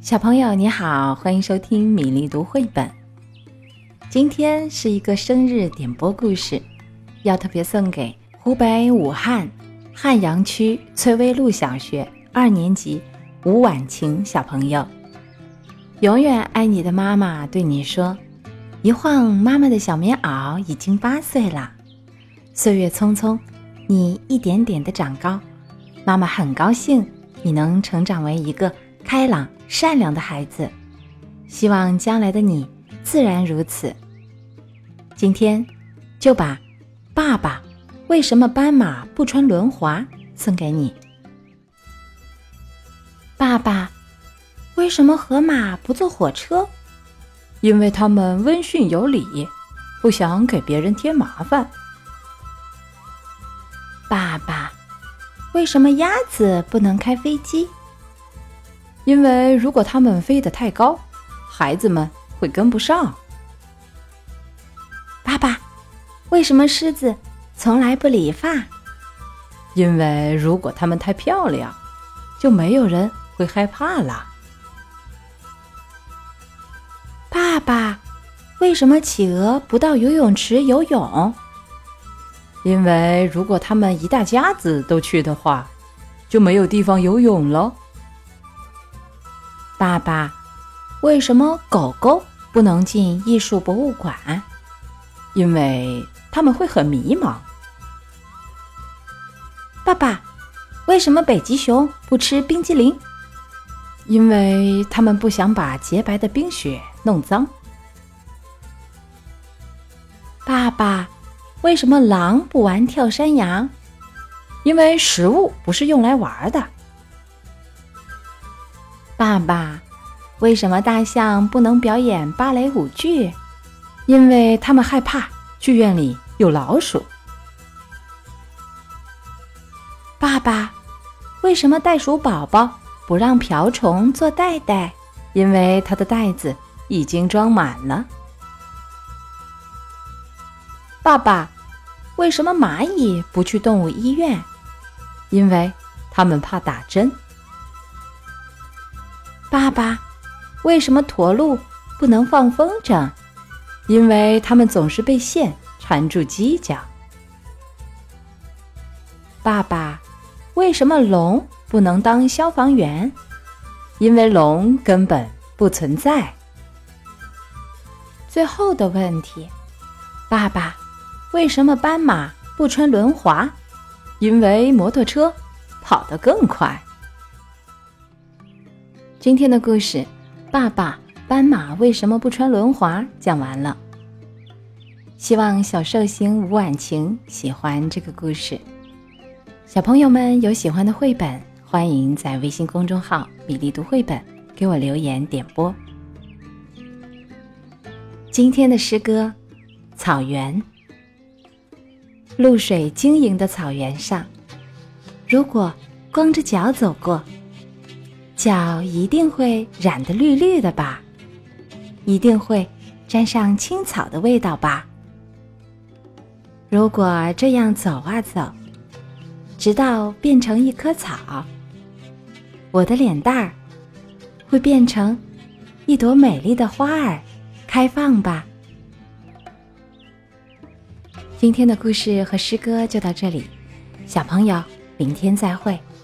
小朋友你好，欢迎收听米粒读绘本。今天是一个生日点播故事，要特别送给湖北武汉汉阳区翠微路小学2年级吴婉晴小朋友。永远爱你的妈妈对你说，一晃妈妈的小棉袄已经8岁了，岁月匆匆，你一点点的长高，妈妈很高兴你能成长为一个开朗善良的孩子，希望将来的你自然如此。今天就把爸爸为什么斑马不穿轮滑送给你。爸爸，为什么河马不坐火车？ 因为他们温驯有礼，不想给别人添麻烦。 爸爸，为什么鸭子不能开飞机？ 因为如果它们飞得太高，孩子们会跟不上。 爸爸，为什么狮子从来不理发？ 因为如果它们太漂亮，就没有人会害怕了。 爸爸，为什么企鹅不到游泳池游泳？ 因为如果它们一大家子都去的话，就没有地方游泳了。 爸爸，为什么狗狗不能进艺术博物馆？ 因为他们会很迷茫。 爸爸，为什么北极熊不吃冰激凌？ 因为他们不想把洁白的冰雪弄脏。 爸爸，为什么狼不玩跳山羊？ 因为食物不是用来玩的。 爸爸，为什么大象不能表演芭蕾舞剧？ 因为他们害怕剧院里有老鼠。 爸爸，为什么袋鼠宝宝不让瓢虫做袋袋？ 因为它的袋子已经装满了。 爸爸，为什么蚂蚁不去动物医院？ 因为它们怕打针。 爸爸，为什么驼鹿不能放风筝？ 因为它们总是被线缠住犄角。 爸爸，为什么龙不能当消防员？ 因为龙根本不存在。 最后的问题，爸爸，为什么斑马不穿轮滑？ 因为摩托车跑得更快。 今天的故事，爸爸，斑马为什么不穿轮滑讲完了。希望小寿星吴婉晴喜欢这个故事。小朋友们有喜欢的绘本，欢迎在微信公众号米粒读绘本给我留言点播。今天的诗歌，草原。露水晶莹的草原上，如果光着脚走过，脚一定会染得绿绿的吧，一定会沾上青草的味道吧。如果这样走啊走，直到变成一棵草，我的脸蛋儿会变成一朵美丽的花儿，开放吧。今天的故事和诗歌就到这里，小朋友，明天再会。